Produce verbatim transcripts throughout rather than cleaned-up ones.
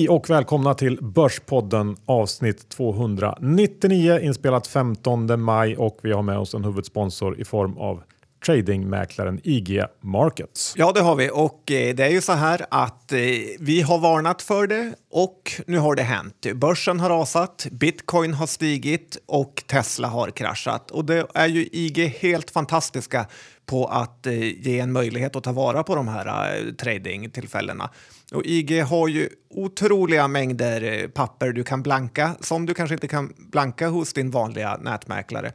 Hej och välkomna till Börspodden avsnitt tvåhundranittionio inspelat femtonde maj och vi har med oss en huvudsponsor i form av tradingmäklaren I G Markets. Ja, det har vi och det är ju så här att vi har varnat för det och nu har det hänt. Börsen har rasat, Bitcoin har stigit och Tesla har kraschat och det är ju I G helt fantastiska på att ge en möjlighet att ta vara på de här tradingtillfällena. Och I G har ju otroliga mängder papper du kan blanka som du kanske inte kan blanka hos din vanliga nätmäklare.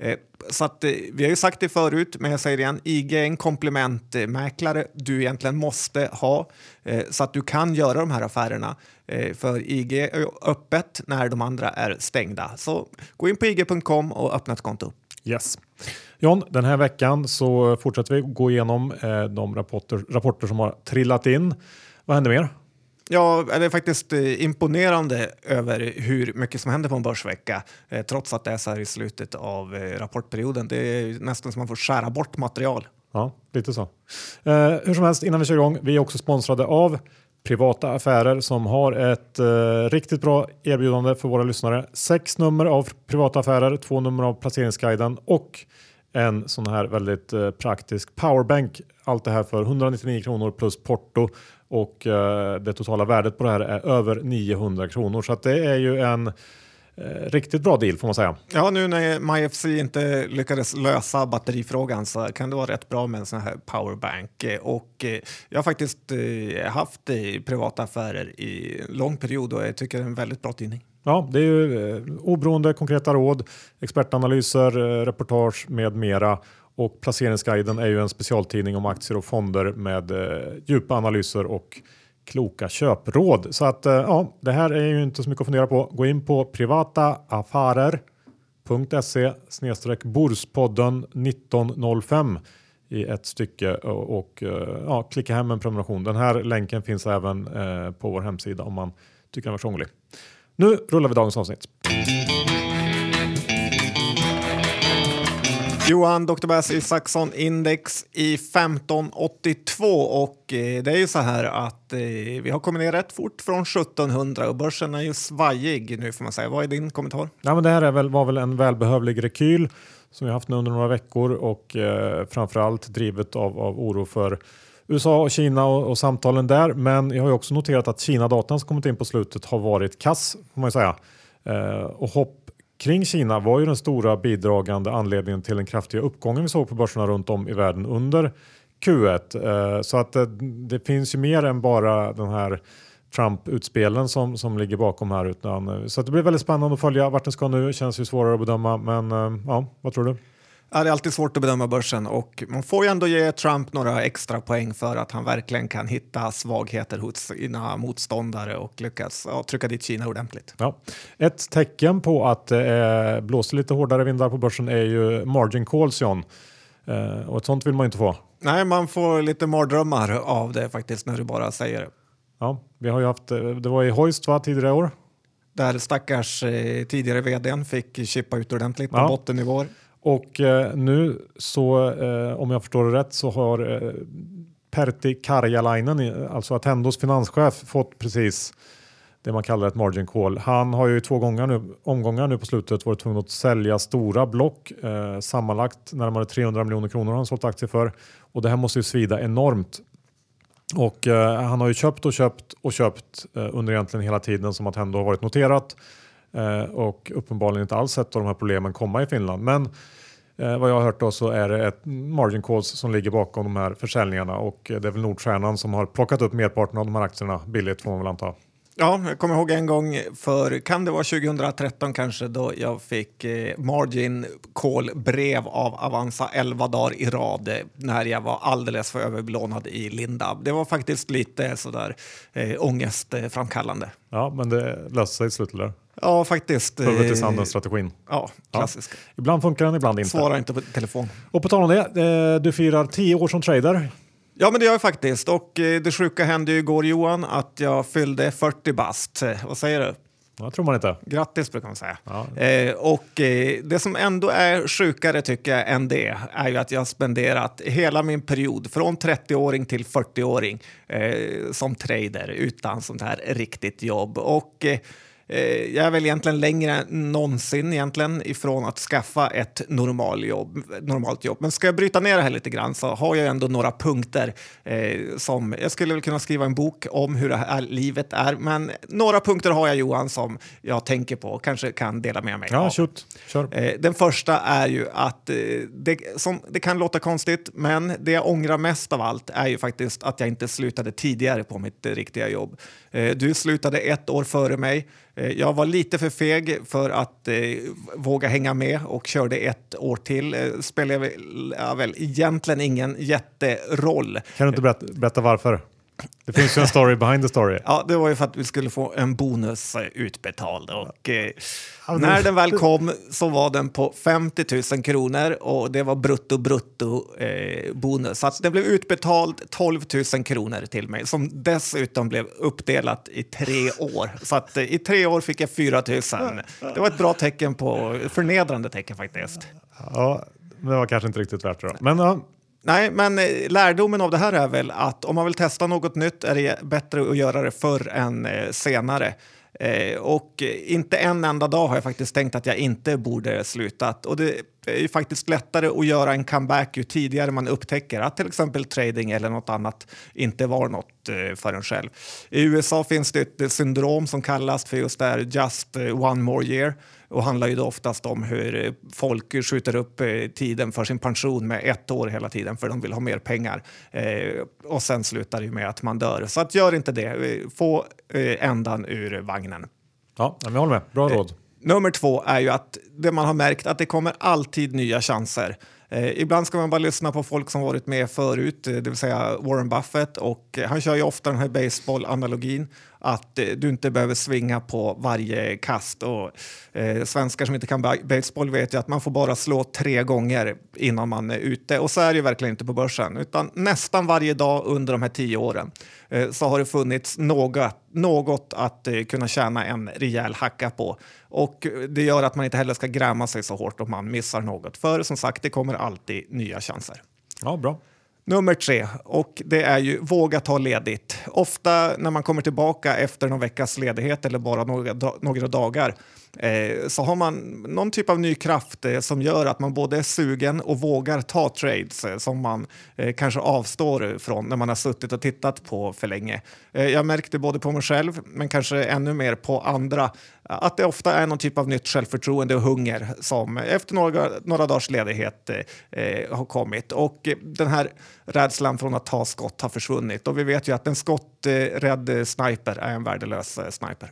Så att, vi har ju sagt det förut, men jag säger det igen, I G är en komplementmäklare du egentligen måste ha så att du kan göra de här affärerna. För I G är öppet när de andra är stängda. Så gå in på I G punkt com och öppna ett konto. Yes. John, den här veckan så fortsätter vi gå igenom eh, de rapporter, rapporter som har trillat in. Vad händer mer? Ja, det är faktiskt eh, imponerande över hur mycket som händer på en börsvecka eh, trots att det är så här i slutet av eh, rapportperioden. Det är nästan som man får skära bort material. Ja, lite så. Eh, hur som helst, innan vi kör igång, vi är också sponsrade av Privata Affärer som har ett eh, riktigt bra erbjudande för våra lyssnare. Sex nummer av Privata Affärer, två nummer av Placeringsguiden och en sån här väldigt eh, praktisk powerbank. Allt det här för etthundranittionio kronor plus porto och eh, det totala värdet på det här är över niohundra kronor. Så att det är ju en eh, riktigt bra deal får man säga. Ja, nu när MyFC inte lyckades lösa batterifrågan så kan det vara rätt bra med en sån här powerbank. Och eh, jag har faktiskt eh, haft eh, Privata Affärer i lång period och jag tycker det är en väldigt bra tidning. Ja, det är ju eh, oberoende konkreta råd, expertanalyser, eh, reportage med mera. Och Placeringsguiden är ju en specialtidning om aktier och fonder med eh, djupa analyser och kloka köpråd. Så att eh, ja, det här är ju inte så mycket att fundera på. Gå in på privataaffärer punkt se slash borspodden nitton noll fem i ett stycke och, och eh, ja, klicka hem en prenumeration. Den här länken finns även eh, på vår hemsida om man tycker den var krånglig. Nu rullar vi dagens avsnitt. Johan, doktor Bass Isaksson index i femton åttiotvå och eh, det är ju så här att eh, vi har kommit ner rätt fort från sjuttonhundra och börsen är ju svajig nu får man säga. Vad är din kommentar? Ja, men det här är väl, var väl en välbehövlig rekyl som vi har haft nu under några veckor och eh, framförallt drivet av, av oro för U S A och Kina och, och samtalen där. Men jag har ju också noterat att Kina-datan som kommit in på slutet har varit kass får man ju säga. Eh, och hopp kring Kina var ju den stora bidragande anledningen till den kraftiga uppgången vi såg på börserna runt om i världen under Q ett. Eh, så att det, det finns ju mer än bara den här Trump-utspelen som, som ligger bakom här. Utan, så att det blir väldigt spännande att följa vart den ska nu. Känns ju svårare att bedöma. Men eh, ja, vad tror du? Ja, det är alltid svårt att bedöma börsen och man får ju ändå ge Trump några extra poäng för att han verkligen kan hitta svagheter hos sina motståndare och lyckas ja, trycka dit Kina ordentligt. Ja. Ett tecken på att det eh, blåser lite hårdare vindar på börsen är ju margin calls, John. Eh, och ett sånt vill man inte få. Nej, man får lite mardrömmar av det faktiskt när du bara säger det. Ja, vi har ju haft, det var i Hoist va, tidigare år. Där stackars eh, tidigare vdn fick chippa ut ordentligt på ja. bottennivåer. Och eh, nu så, eh, om jag förstår det rätt, så har eh, Pertti Karjalainen, alltså Attendos finanschef, fått precis det man kallar ett margin call. Han har ju två gånger nu, omgångar nu på slutet varit tvungen att sälja stora block. Eh, sammanlagt närmare trehundra miljoner kronor har han sålt aktier för. Och det här måste ju svida enormt. Och eh, han har ju köpt och köpt och köpt eh, under egentligen hela tiden som Attendo har varit noterat. Eh, och uppenbarligen inte alls sett de här problemen komma i Finland. Men eh, vad jag har hört då så är det ett margin calls som ligger bakom de här försäljningarna. Och eh, det är väl Nordstjärnan som har plockat upp merparten av de här aktierna billigt får man väl anta. Ja, jag kommer ihåg en gång för, kan det vara tjugohundratretton kanske, då jag fick eh, margin call brev av Avanza elva dagar i rad eh, när jag var alldeles för överbelånad i Lindab. Det var faktiskt lite sådär eh, ångestframkallande. Ja, men det löste sig i slutet där. Ja, faktiskt. Huvudet i sanden strategin. Ja, klassisk. Ja. Ibland funkar den, ibland inte. Svara inte på telefon. Och på tal om det, eh, du firar tio år som trader. Ja, men det gör jag faktiskt. Och eh, det sjuka hände ju igår, Johan, att jag fyllde fyrtio bast. Vad säger du? Jag tror man inte. Grattis brukar man säga. Ja. Eh, och eh, det som ändå är sjukare tycker jag än det är ju att jag har spenderat hela min period från trettioåring till fyrtioåring eh, som trader utan sånt här riktigt jobb. Och eh, jag är väl egentligen längre än någonsin egentligen ifrån att skaffa ett normal jobb, normalt jobb. Men ska jag bryta ner det här lite grann så har jag ändå några punkter eh, som jag skulle väl kunna skriva en bok om hur det här livet är. Men några punkter har jag, Johan, som jag tänker på och kanske kan dela med mig Ja, av. shoot. Kör. Eh, den första är ju att eh, det, som, det kan låta konstigt, men det jag ångrar mest av allt är ju faktiskt att jag inte slutade tidigare på mitt eh, riktiga jobb. Eh, du slutade ett år före mig. Jag var lite för feg för att eh, våga hänga med och körde ett år till. Eh, spelade jag väl egentligen ingen jätteroll. Kan du inte berätta, berätta varför? Det finns ju en story behind the story. Ja, det var ju för att vi skulle få en bonus eh, utbetald. Och, eh, Ja, när den väl kom så var den på femtio tusen kronor och det var brutto brutto eh, bonus. Så att det blev utbetald tolv tusen kronor till mig som dessutom blev uppdelat i tre år. Så att eh, i tre år fick jag fyra tusen. Det var ett bra tecken på, förnedrande tecken faktiskt. Ja, det var kanske inte riktigt värt det då. Men ja. Nej, men eh, lärdomen av det här är väl att om man vill testa något nytt är det bättre att göra det förr än eh, senare. Eh, och inte en enda dag har jag faktiskt tänkt att jag inte borde slutat. Och det är ju faktiskt lättare att göra en comeback ju tidigare man upptäcker att till exempel trading eller något annat inte var något eh, för en själv. I U S A finns det ett syndrom som kallas för just där just one more year. Och handlar ju då oftast om hur folk skjuter upp tiden för sin pension med ett år hela tiden för de vill ha mer pengar. Eh, och sen slutar det ju med att man dör. Så att gör inte det. Få eh, ändan ur vagnen. Ja, men jag håller med. Bra råd. Eh, nummer två är ju att det man har märkt att det kommer alltid nya chanser. Eh, ibland ska man bara lyssna på folk som varit med förut, det vill säga Warren Buffett, och han kör ju ofta den här baseball-analogin att eh, du inte behöver svinga på varje kast. Och eh, svenskar som inte kan baseball vet ju att man får bara slå tre gånger innan man är ute, och så är det ju verkligen inte på börsen, utan nästan varje dag under de här tio åren eh, så har det funnits något, något att eh, kunna tjäna en rejäl hacka på. Och det gör att man inte heller ska gräma sig så hårt om man missar något. För som sagt, det kommer alltid nya chanser. Ja, bra. Nummer tre, och det är ju våga ta ledigt. Ofta när man kommer tillbaka efter någon veckas ledighet eller bara några, några dagar eh, så har man någon typ av ny kraft eh, som gör att man både är sugen och vågar ta trades eh, som man eh, kanske avstår från när man har suttit och tittat på för länge. Eh, jag märkte både på mig själv men kanske ännu mer på andra att det ofta är någon typ av nytt självförtroende och hunger som efter några, några dagars ledighet eh, har kommit. Och eh, den här rädslan från att ta skott har försvunnit. Och vi vet ju att en skotträdd eh, sniper är en värdelös eh, sniper.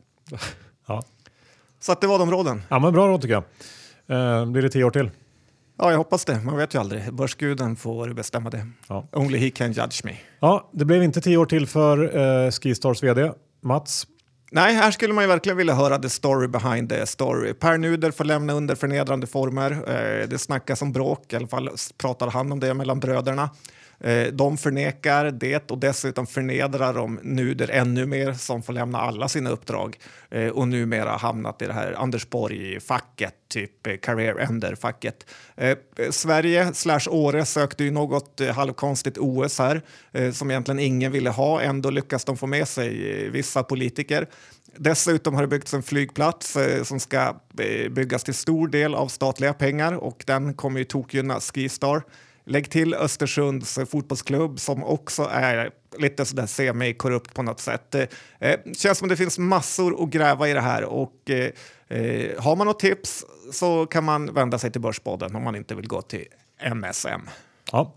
Ja. Så att det var de råden. Ja, men bra råd tycker jag. Eh, blir det tio år till? Ja, jag hoppas det. Man vet ju aldrig. Börsguden får bestämma det. Ja. Only he can judge me. Ja, det blev inte tio år till för eh, Skistars vd, Mats. Nej, här skulle man ju verkligen vilja höra the story behind the story. Per Nuder får lämna under förnedrande former. Eh, det snackas om bråk, i alla fall pratar han om det mellan bröderna. Eh, de förnekar det och dessutom förnedrar de Nuder ännu mer som får lämna alla sina uppdrag eh, och numera hamnat i det här Anders Borg-facket, typ eh, career ender-facket. Eh, Sverige slash Åre sökte ju något eh, halvkonstigt O S här eh, som egentligen ingen ville ha. Ändå lyckas de få med sig eh, vissa politiker. Dessutom har det byggts en flygplats eh, som ska eh, byggas till stor del av statliga pengar och den kommer ju tokgynna Skistar. Lägg till Östersunds fotbollsklubb som också är lite sådär semi-korrupt på något sätt. Eh, känns som det finns massor att gräva i det här och eh, eh, har man något tips så kan man vända sig till Börspodden om man inte vill gå till M S M. Ja.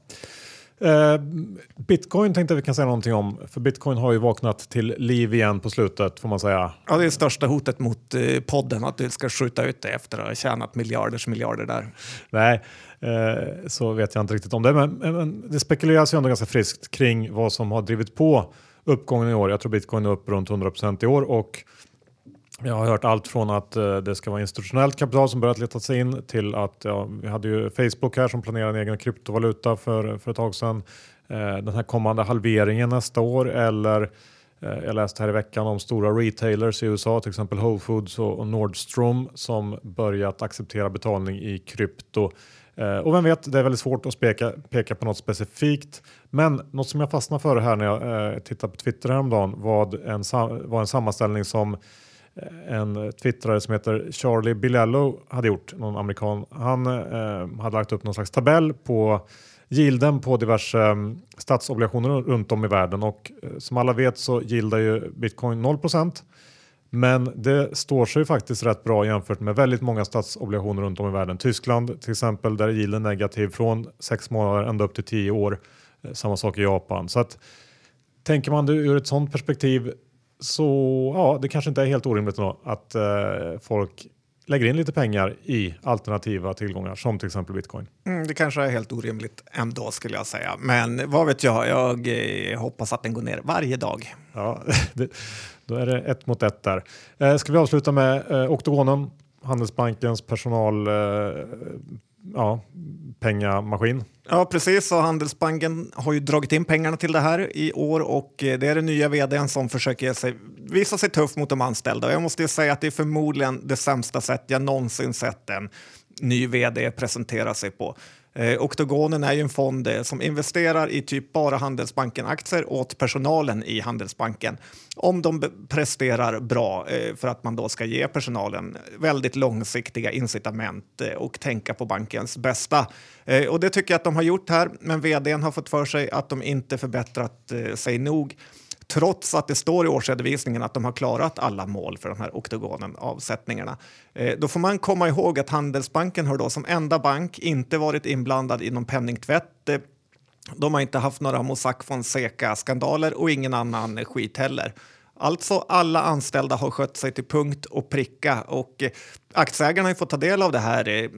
Eh, Bitcoin tänkte vi kan säga någonting om, för Bitcoin har ju vaknat till liv igen på slutet får man säga. Ja, det är största hotet mot eh, podden att du ska skjuta ut det efter att ha tjänat miljarders miljarder där. Nej, eh, så vet jag inte riktigt om det, men, men det spekuleras ju ändå ganska friskt kring vad som har drivit på uppgången i år. Jag tror Bitcoin är upp runt hundra procent i år och jag har hört allt från att eh, det ska vara institutionellt kapital som börjat leta sig in till att ja, vi hade ju Facebook här som planerar en egen kryptovaluta för, för ett tag sedan. Eh, den här kommande halveringen nästa år eller Jag läste här i veckan om stora retailers i U S A, till exempel Whole Foods och Nordstrom, som börjat acceptera betalning i krypto. Och vem vet, det är väldigt svårt att speka, peka på något specifikt. Men något som jag fastnade för här när jag eh, tittade på Twitter häromdagen var en, var en sammanställning som en twittrare som heter Charlie Bilello hade gjort, någon amerikan. Han eh, hade lagt upp någon slags tabell på yielden på diverse eh, statsobligationer runt om i världen. Och eh, som alla vet så yieldar ju Bitcoin noll procent. Men det står sig faktiskt rätt bra jämfört med väldigt många statsobligationer runt om i världen. Tyskland till exempel, där är yielden negativ från sex månader ända upp till tio år. Eh, samma sak i Japan. Så att tänker man det ur ett sådant perspektiv, så ja, det kanske inte är helt orimligt då att eh, folk lägger in lite pengar i alternativa tillgångar som till exempel Bitcoin. Mm, det kanske är helt orimligt ändå skulle jag säga. Men vad vet jag, jag eh, hoppas att den går ner varje dag. Ja, det, då är det ett mot ett där. Eh, ska vi avsluta med eh, Oktogonen, Handelsbankens personal eh, ja, pengamaskin. Ja, precis. Och Handelsbanken har ju dragit in pengarna till det här i år och det är den nya vdn som försöker sig, visa sig tuff mot de anställda. Och jag måste ju säga att det är förmodligen det sämsta sätt jag någonsin sett en ny vd presentera sig på. Eh, Oktogonen är ju en fond som investerar i typ bara Handelsbanken-aktier åt personalen i Handelsbanken. Om de presterar bra eh, för att man då ska ge personalen väldigt långsiktiga incitament eh, och tänka på bankens bästa. Eh, och det tycker jag att de har gjort här, men vdn har fått för sig att de inte förbättrat eh, sig nog. Trots att det står i årsredovisningen att de har klarat alla mål för de här Oktogonen-avsättningarna. Eh, då får man komma ihåg att Handelsbanken har då som enda bank inte varit inblandad i någon penningtvätt. Eh, de har inte haft några Mossack Fonseca-skandaler och ingen annan skit heller. Alltså alla anställda har skött sig till punkt och pricka och eh, aktieägarna har fått ta del av det här eh,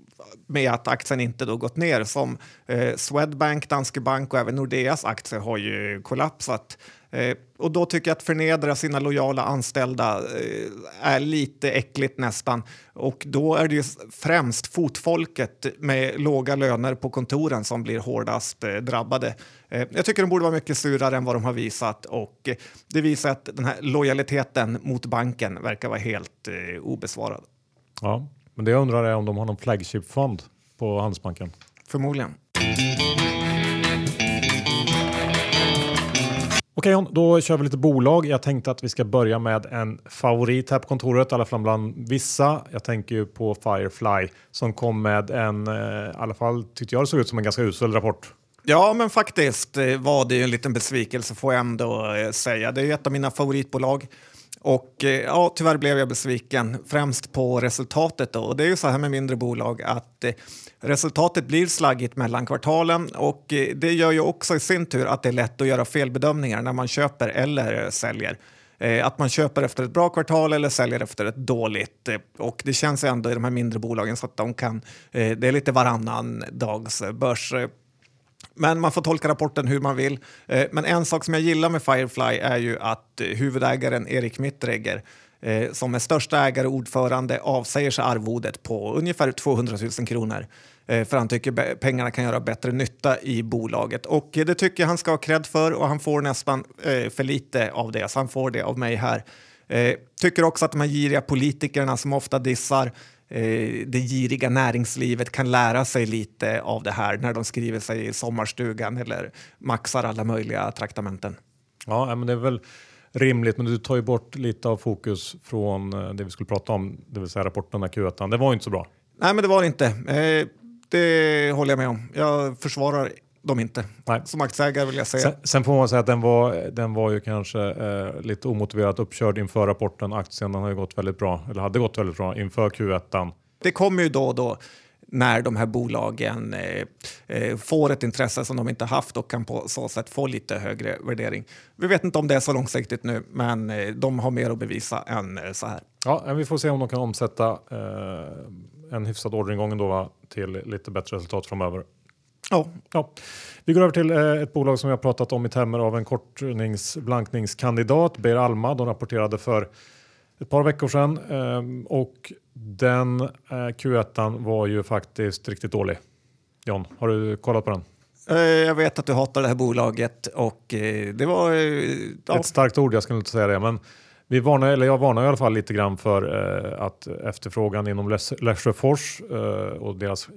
med att aktien inte då gått ner. Som eh, Swedbank, Danske Bank och även Nordeas aktier har ju kollapsat. Eh, och då tycker jag att förnedra sina lojala anställda eh, är lite äckligt nästan. Och då är det ju främst fotfolket med låga löner på kontoren som blir hårdast eh, drabbade. Eh, jag tycker de borde vara mycket surare än vad de har visat. Och eh, det visar att den här lojaliteten mot banken verkar vara helt eh, obesvarad. Ja, men det jag undrar är om de har någon flagship-fond på Handelsbanken. Förmodligen. Okej, John, då kör vi lite bolag. Jag tänkte att vi ska börja med en favorit här på kontoret, i alla fall bland vissa. Jag tänker ju på Firefly som kom med en, i alla fall tyckte jag det såg ut som en ganska usel rapport. Ja, men faktiskt var det ju en liten besvikelse får jag ändå säga. Det är ju ett av mina favoritbolag. Och ja, tyvärr blev jag besviken, främst på resultatet då. Och det är ju så här med mindre bolag att eh, resultatet blir slaggigt mellan kvartalen och eh, det gör ju också i sin tur att det är lätt att göra felbedömningar när man köper eller eh, säljer. Eh, att man köper efter ett bra kvartal eller säljer efter ett dåligt. Eh, och det känns ju ändå i de här mindre bolagen så att de kan, eh, det är lite varannan dags börs. Eh, Men man får tolka rapporten hur man vill. Men en sak som jag gillar med Firefly är ju att huvudägaren Erik Mittregger, som är största ägare och ordförande, avsäger sig arvodet på ungefär tvåhundratusen kronor. För han tycker pengarna kan göra bättre nytta i bolaget. Och det tycker jag han ska ha cred för och han får nästan för lite av det. Så han får det av mig här. Tycker också att de här giriga politikerna som ofta dissar det giriga näringslivet kan lära sig lite av det här när de skriver sig i sommarstugan eller maxar alla möjliga traktamenten. Ja, men det är väl rimligt, men du tar ju bort lite av fokus från det vi skulle prata om, det vill säga rapporten med Q ett. Det var ju inte så bra. Nej, men det var det inte. Det håller jag med om. Jag försvarar dem inte. Nej. Som aktieägare vill jag säga. Sen, sen får man säga att den var, den var ju kanske eh, lite omotiverat uppkörd inför rapporten. Aktien har ju gått väldigt bra, eller hade gått väldigt bra inför Q ett. Det kommer ju då och då när de här bolagen eh, eh, får ett intresse som de inte haft och kan på så sätt få lite högre värdering. Vi vet inte om det är så långsiktigt nu, men eh, de har mer att bevisa än eh, så här. Ja, vi får se om de kan omsätta eh, en hyfsad orderingång då, va, till lite bättre resultat framöver. Ja. Ja. Vi går över till eh, ett bolag som vi har pratat om i termer av en kortningsblankningskandidat, Beijer Alma. De rapporterade för ett par veckor sedan eh, och den eh, Q ett var ju faktiskt riktigt dålig. John, har du kollat på den? Eh, Jag vet att du hatar det här bolaget och eh, det var... eh, ja. Ett starkt ord, jag skulle inte säga det, men vi varnar, eller jag varnar i alla fall lite grann för eh, att efterfrågan inom Les- Lesjöfors eh, och deras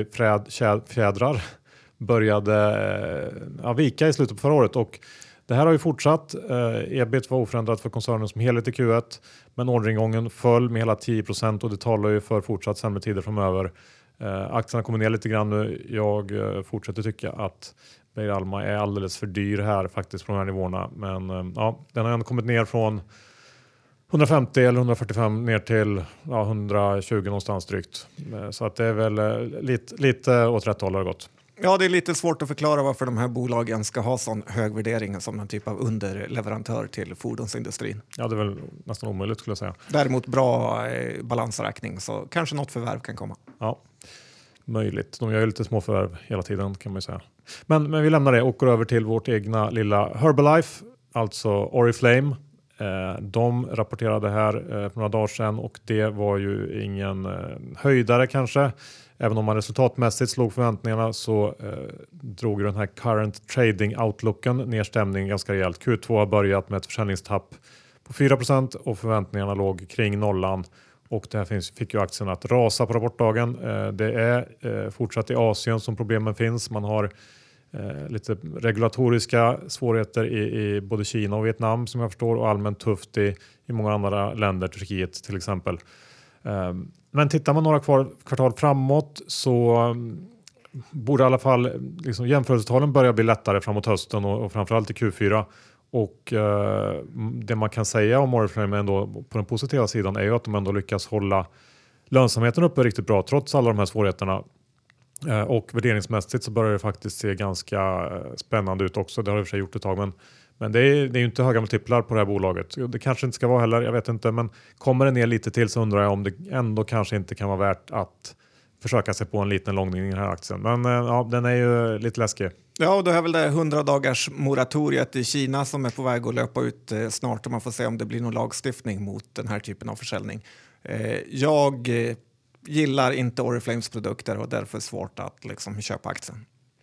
chassifjädrar började eh, ja, vika i slutet på förra året, och det här har ju fortsatt. Eh, E B I T var oförändrat för koncernen som helhet i Q ett, men orderingången föll med hela tio procent och det talar ju för fortsatt sämre tider framöver. Eh, aktierna kommer ner lite grann nu. Jag eh, fortsätter tycka att Beijer Alma är alldeles för dyr här faktiskt på de här nivåerna, men eh, ja, den har ändå kommit ner från hundrafemtio eller hundrafyrtiofem ner till ja, hundratjugo någonstans drygt. Eh, så att det är väl eh, lite, lite åt rätt håll har det gått. Ja, det är lite svårt att förklara varför de här bolagen ska ha sån hög värdering som en typ av underleverantör till fordonsindustrin. Ja, det är väl nästan omöjligt skulle jag säga. Däremot bra eh, balansräkning, så kanske något förvärv kan komma. Ja, möjligt. De gör ju lite små förvärv hela tiden kan man ju säga. Men, men vi lämnar det och går över till vårt egna lilla Herbalife, alltså Oriflame. Eh, de rapporterade här eh, för några dagar sedan och det var ju ingen eh, höjdare kanske. Även om man resultatmässigt slog förväntningarna så eh, drog ju den här current trading outlooken ner stämningen ganska rejält. Q två har börjat med ett försäljningstapp på fyra procent och förväntningarna låg kring nollan. Och det här finns, fick ju aktien att rasa på rapportdagen. Eh, det är eh, fortsatt i Asien som problemen finns. Man har eh, lite regulatoriska svårigheter i, i både Kina och Vietnam som jag förstår, och allmänt tufft i, i många andra länder, Turkiet till exempel. Eh, men tittar man några kvar, kvartal framåt så um, borde i alla fall liksom, jämförelsetalen börja bli lättare framåt hösten och, och framförallt i Q fyra. Och uh, det man kan säga om Oriflame ändå på den positiva sidan är ju att de ändå lyckas hålla lönsamheten uppe riktigt bra trots alla de här svårigheterna. Uh, och värderingsmässigt så börjar det faktiskt se ganska uh, spännande ut också. Det har det för sig gjort ett tag, men, men det, är, det är ju inte höga multiplar på det här bolaget. Det kanske inte ska vara heller, jag vet inte. Men kommer det ner lite till så undrar jag om det ändå kanske inte kan vara värt att försöka sig på en liten långning i den här aktien. Men uh, ja, den är ju lite läskig. Ja, och då är väl det hundra dagars moratoriet i Kina som är på väg att löpa ut eh, snart, och man får se om det blir någon lagstiftning mot den här typen av försäljning. Eh, jag eh, gillar inte Oriflames produkter och därför svårt att liksom, köpa aktien.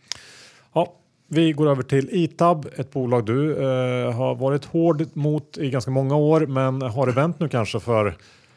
Ja, vi går över till I T A B, ett bolag du eh, har varit hård mot i ganska många år, men har det vänt nu kanske för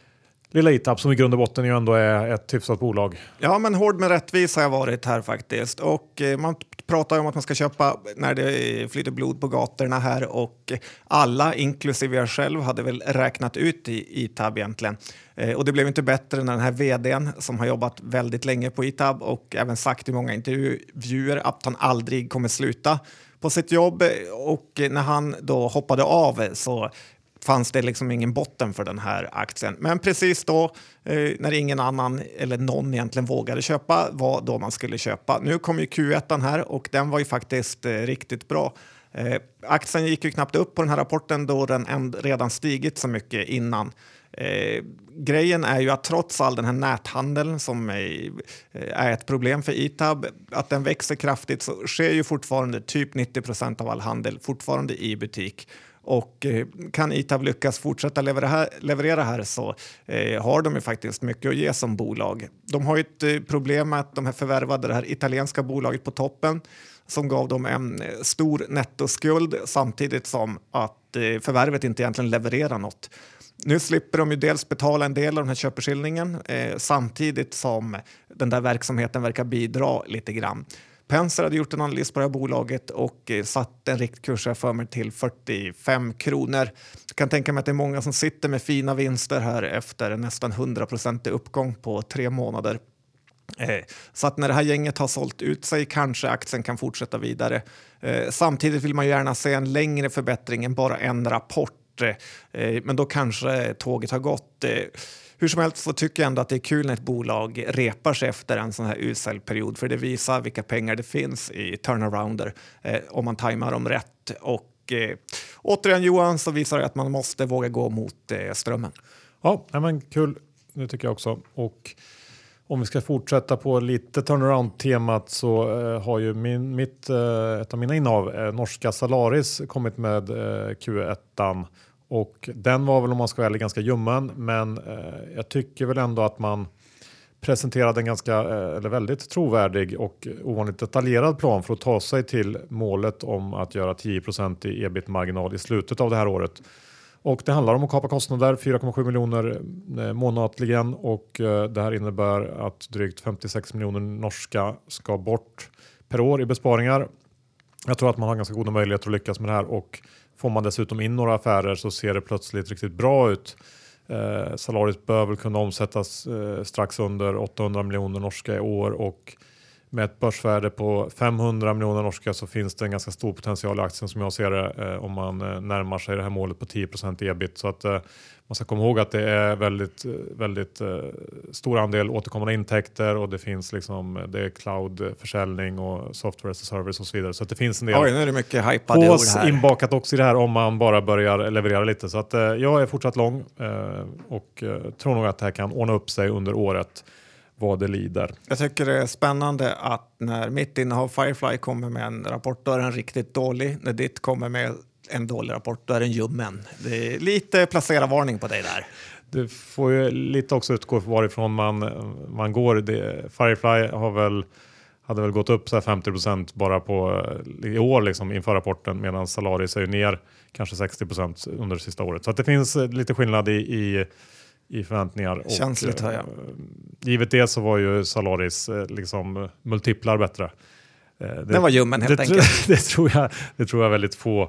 lilla I T A B som i grund och botten ju ändå är ett hyfsat bolag. Ja, men hård med rättvis har jag varit här faktiskt. Och eh, man pratar ju om att man ska köpa när det flyter blod på gatorna här, och alla, inklusive jag själv, hade väl räknat ut i I T A B egentligen. Eh, och det blev inte bättre när den här vdn som har jobbat väldigt länge på I T A B och även sagt i många intervjuer att han aldrig kommer sluta på sitt jobb, och när han då hoppade av så fanns det liksom ingen botten för den här aktien. Men precis då, eh, när ingen annan eller någon egentligen vågade köpa, var då man skulle köpa. Nu kom ju Q ett här och den var ju faktiskt eh, riktigt bra. Eh, aktien gick ju knappt upp på den här rapporten då den änd- redan stigit så mycket innan. Eh, grejen är ju att trots all den här näthandeln som är, är ett problem för I T A B, att den växer kraftigt, så sker ju fortfarande typ nittio procent av all handel fortfarande i butik. Och eh, kan I T A B lyckas fortsätta leverera här, leverera här så eh, har de ju faktiskt mycket att ge som bolag. De har ju ett eh, problem med att de här förvärvade det här italienska bolaget på toppen som gav dem en eh, stor nettoskuld samtidigt som att eh, förvärvet inte egentligen levererar något. Nu slipper de ju dels betala en del av den här köpeskillingen eh, samtidigt som den där verksamheten verkar bidra lite grann. Penser hade gjort en analys på det här bolaget och eh, satt en riktkurs för mig till fyrtiofem kronor. Jag kan tänka mig att det är många som sitter med fina vinster här efter en nästan hundra procent uppgång på tre månader. Eh, så att när det här gänget har sålt ut sig kanske aktien kan fortsätta vidare. Eh, samtidigt vill man gärna se en längre förbättring än bara en rapport. Eh, men då kanske tåget har gått. Eh, Hur som helst så tycker jag ändå att det är kul när ett bolag repar sig efter en sån här usel period, för det visar vilka pengar det finns i turnarounder eh, om man tajmar dem rätt. Och eh, återigen Johan, så visar det att man måste våga gå mot eh, strömmen. Ja, men kul. Det tycker jag också. Och om vi ska fortsätta på lite turnaround-temat så eh, har ju min, mitt, eh, ett av mina innehav, eh, norska Salaris, kommit med eh, Q ett. Och den var väl, om man ska vara ärlig, ganska ljummen, men eh, jag tycker väl ändå att man presenterade en ganska, eller väldigt trovärdig och ovanligt detaljerad plan för att ta sig till målet om att göra tio procent i ebit-marginal i slutet av det här året. Och det handlar om att kapa kostnader, fyra komma sju miljoner månatligen, och det här innebär att drygt femtiosex miljoner norska ska bort per år i besparingar. Jag tror att man har ganska goda möjligheter att lyckas med det här, och får man dessutom in några affärer så ser det plötsligt riktigt bra ut. Eh, Zalaris bör väl kunna omsättas eh, strax under åttahundra miljoner norska i år, och med ett börsvärde på femhundra miljoner norska så finns det en ganska stor potential i aktien som jag ser det, eh, om man eh, närmar sig det här målet på tio procent ebit. Så att eh, man ska komma ihåg att det är väldigt, väldigt eh, stor andel återkommande intäkter, och det finns liksom, det är cloudförsäljning och software as a service och så vidare. Så att det finns en del Oj, nu är det mycket hypade ord här. Inbakat också i det här om man bara börjar leverera lite. Så att eh, jag är fortsatt lång eh, och eh, tror nog att det här kan ordna upp sig under året vad det lider. Jag tycker det är spännande att när mitt innehav Firefly kommer med en rapport, då är den riktigt dålig. När ditt kommer med en dålig rapport, då är den ljummen. Det är lite placera varning på dig där. Du får ju lite också utgå varifrån man, man går. Det, Firefly har väl, hade väl gått upp så här femtio procent bara på i år liksom, inför rapporten, medan Zalaris är ju ner kanske sextio procent under det sista året. Så att det finns lite skillnad i, i i förväntningar. Känsligt, och, jag. Givet det så var ju Zalaris liksom multiplar bättre. Det, Den var ljummen helt det, enkelt. Det tror, jag, det tror jag väldigt få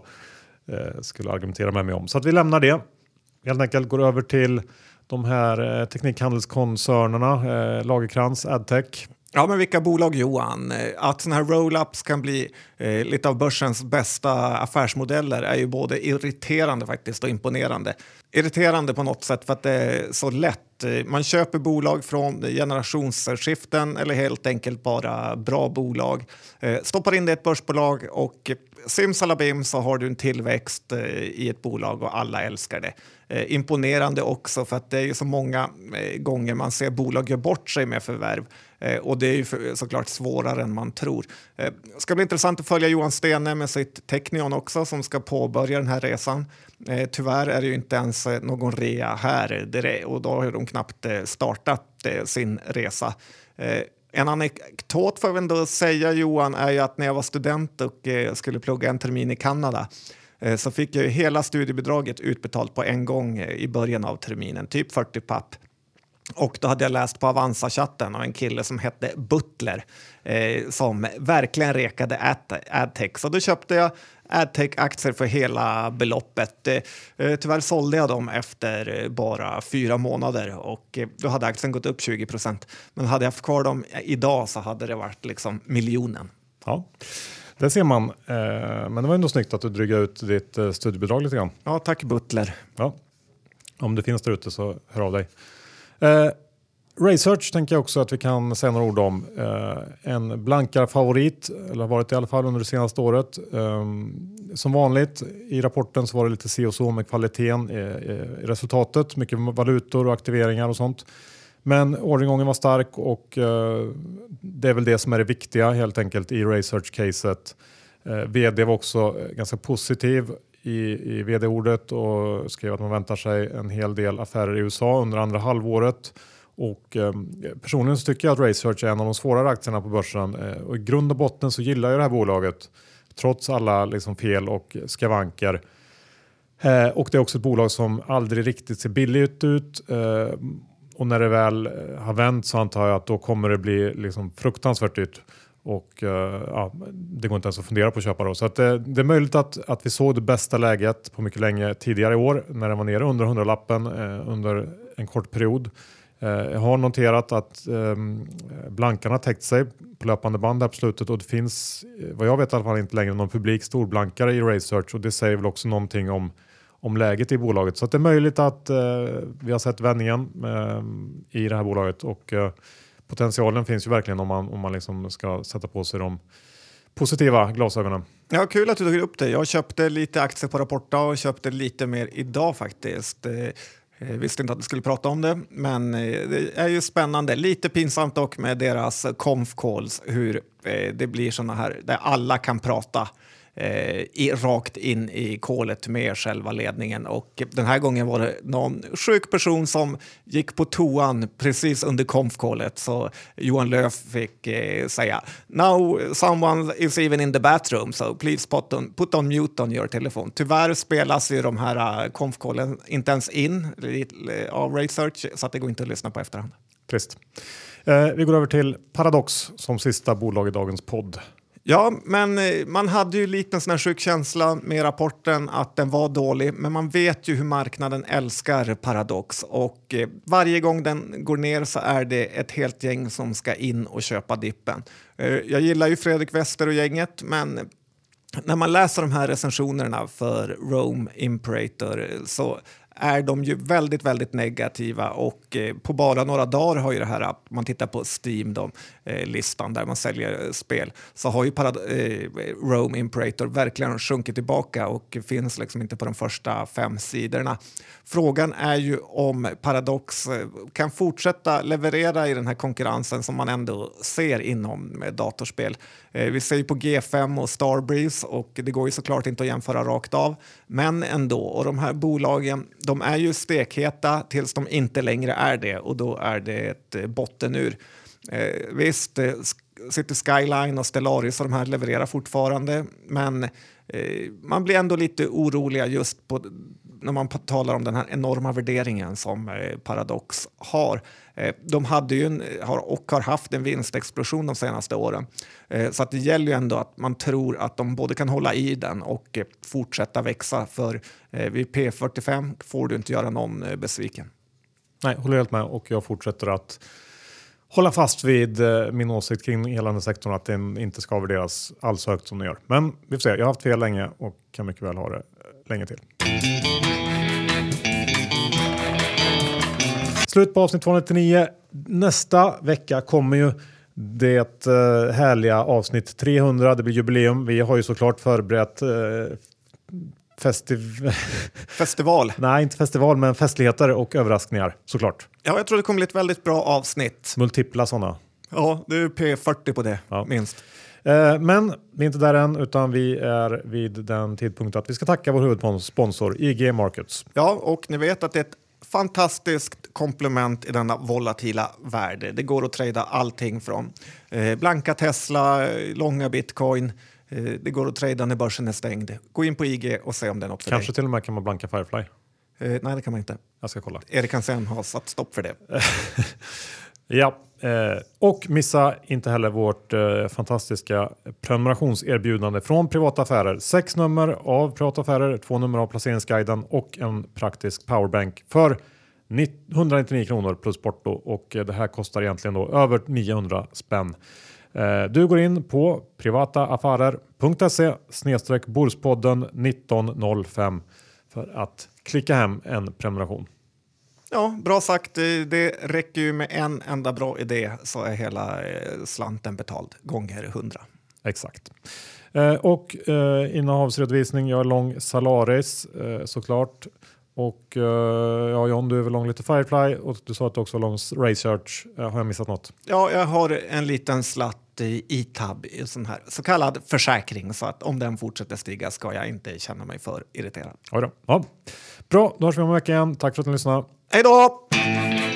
eh, skulle argumentera med mig om. Så att vi lämnar det. Helt enkelt går över till de här eh, teknikhandelskoncernerna, eh, Lagercrantz, Adtech. Ja, men vilka bolag, Johan? Att sådana här roll-ups kan bli eh, lite av börsens bästa affärsmodeller är ju både irriterande faktiskt och imponerande. Irriterande på något sätt för att det är så lätt. Man köper bolag från generationsskiften eller helt enkelt bara bra bolag. Eh, stoppar in det i ett börsbolag och simsalabim så har du en tillväxt eh, i ett bolag och alla älskar det. Eh, imponerande också för att det är ju så många eh, gånger man ser bolag göra bort sig med förvärv. Eh, och det är ju för, såklart svårare än man tror. Det eh, ska bli intressant att följa Johan Stene med sitt Teqnion också som ska påbörja den här resan. Eh, tyvärr är det ju inte ens eh, någon rea här det, och då har de knappt eh, startat eh, sin resa. Eh, en anekdot får jag ändå säga, Johan, är ju att när jag var student och eh, skulle plugga en termin i Kanada eh, så fick jag ju hela studiebidraget utbetalt på en gång eh, i början av terminen, typ fyrtio papp. Och då hade jag läst på Avanza-chatten av en kille som hette Butler eh, som verkligen rekade Ad- Adtech. Så då köpte jag Adtech-aktier för hela beloppet. Eh, tyvärr sålde jag dem efter bara fyra månader och eh, då hade aktien gått upp tjugo procent. Men hade jag haft kvar dem idag så hade det varit liksom miljonen. Ja, det ser man. Eh, men det var ändå snyggt att du drygade ut ditt eh, studiebidrag lite grann. Ja, tack Butler. Ja. Om det finns där ute så hör av dig. Eh, Research tänker jag också att vi kan säga några ord om. Eh, en blankare favorit, eller har varit i alla fall under det senaste året. Eh, som vanligt i rapporten så var det lite si och så med kvaliteten i, i resultatet. Mycket valutor och aktiveringar och sånt. Men orderingången var stark och eh, det är väl det som är det viktiga helt enkelt i Research-caset. Eh, V D var också ganska positiv i, i vd-ordet och skrev att man väntar sig en hel del affärer i U S A under andra halvåret. Och eh, personligen så tycker jag att Research är en av de svårare aktierna på börsen. Eh, och i grund och botten så gillar jag det här bolaget trots alla liksom, fel och skavanker. Eh, och det är också ett bolag som aldrig riktigt ser billigt ut. Eh, och när det väl har vänt så antar jag att då kommer det bli liksom, fruktansvärt dyrt. Och uh, ja, det går inte ens att fundera på att köpa då. Så att det, det är möjligt att, att vi såg det bästa läget på mycket länge tidigare i år när den var nere under hundralappen eh, under en kort period. Eh, jag har noterat att eh, blankarna täckt sig på löpande band här på slutet och det finns, vad jag vet i alla fall, inte längre någon publik storblankare i Research och det säger väl också någonting om, om läget i bolaget. Så att det är möjligt att eh, vi har sett vändningen eh, i det här bolaget och eh, potentialen finns ju verkligen om man, om man liksom ska sätta på sig de positiva glasögonen. Ja, kul att du tog upp det. Jag köpte lite aktier på Rapporta och köpte lite mer idag faktiskt. Jag visste inte att du skulle prata om det, men det är ju spännande. Lite pinsamt dock med deras conf calls, hur det blir såna här där alla kan prata eh, i, rakt in i kolet med själva ledningen. Och den här gången var det någon sjuk person som gick på toan precis under konfkålet, så Johan Löf fick eh, säga "Now someone is even in the bathroom, so please put on, put on mute on your telefon." Tyvärr spelas ju de här uh, konfkålen inte ens in av research, så att det går inte att lyssna på efterhand. Trist. Eh, vi går över till Paradox som sista bolag i dagens podd. Ja, men man hade ju lite en sån här sjuk känsla med rapporten att den var dålig, men man vet ju hur marknaden älskar Paradox, och eh, varje gång den går ner så är det ett helt gäng som ska in och köpa dippen. Eh, jag gillar ju Fredrik Wester och gänget, men när man läser de här recensionerna för Rome Imperator så är de ju väldigt, väldigt negativa, och eh, på bara några dagar har ju det här, att man tittar på Steam, de, eh, listan där man säljer eh, spel, så har ju Parad- eh, Rome Imperator verkligen sjunkit tillbaka och finns liksom inte på de första fem sidorna. Frågan är ju om Paradox eh, kan fortsätta leverera i den här konkurrensen som man ändå ser inom eh, datorspel. Eh, vi ser ju på G fem och Starbreeze, och det går ju såklart inte att jämföra rakt av, men ändå. Och de här bolagen, de är ju stekheta tills de inte längre är det, och då är det ett eh, bottenur. Eh, visst, eh, City Skyline och Stellaris och de här levererar fortfarande, men eh, man blir ändå lite oroliga just på, när man talar om den här enorma värderingen som eh, Paradox har. Eh, de hade ju en, har, och har haft en vinstexplosion de senaste åren, eh, så att det gäller ju ändå att man tror att de både kan hålla i den och eh, fortsätta växa, för eh, vid P fyrtiofem får du inte göra någon eh, besviken. Nej, håller helt med, och jag fortsätter att hålla fast vid eh, min åsikt kring hela den här sektorn, att den inte ska värderas alls högt som den gör. Men vi får se, jag har haft fel länge och kan mycket väl ha det länge till. Slut på avsnitt tvåhundranittionio. Nästa vecka kommer ju det eh, härliga avsnitt trehundra. Det blir jubileum. Vi har ju såklart förberett eh, festiv... Festival. Nej, inte festival, men festligheter och överraskningar såklart. Ja, jag tror det kommer bli ett väldigt bra avsnitt. Multipla sådana. Ja, det är P fyrtio på det, ja. Minst. Eh, men vi är inte där än, utan vi är vid den tidpunkt att vi ska tacka vår huvudsponsor I G Markets. Ja, och ni vet att det är ett fantastiskt komplement i denna volatila värld. Det går att trada allting från eh, blanka Tesla, långa bitcoin. Eh, det går att trada när börsen är stängd. Gå in på I G och se om det är något för Kanske dig. till och med kan man blanka Firefly. Eh, nej, det kan man inte. Jag ska kolla. Erik Hansén har satt stopp för det. Ja, eh, och missa inte heller vårt eh, fantastiska prenumerationserbjudande från Privata Affärer. Sex nummer av Privata Affärer, två nummer av Placeringsguiden och en praktisk powerbank för etthundranittionio kronor plus porto, och eh, det här kostar egentligen då över niohundra spänn. Eh, du går in på privataaffärer punkt se snedstreck Borspodden nitton noll fem för att klicka hem en prenumeration. Ja, bra sagt. Det räcker ju med en enda bra idé så är hela slanten betald gånger hundra. Exakt. Eh, och eh, innehavsredovisning, jag är lång Salaris eh, såklart. Och eh, ja, John, du är väl lång lite Firefly, och du sa att du också var lång Research. Eh, har jag missat något? Ja, jag har en liten slatt i E-tab, i sån här så kallad försäkring, så att om den fortsätter stiga ska jag inte känna mig för irriterad. Ja, då. Ja. Bra, då hörs vi om en vecka igen. Tack för att ni lyssnade. Hej då!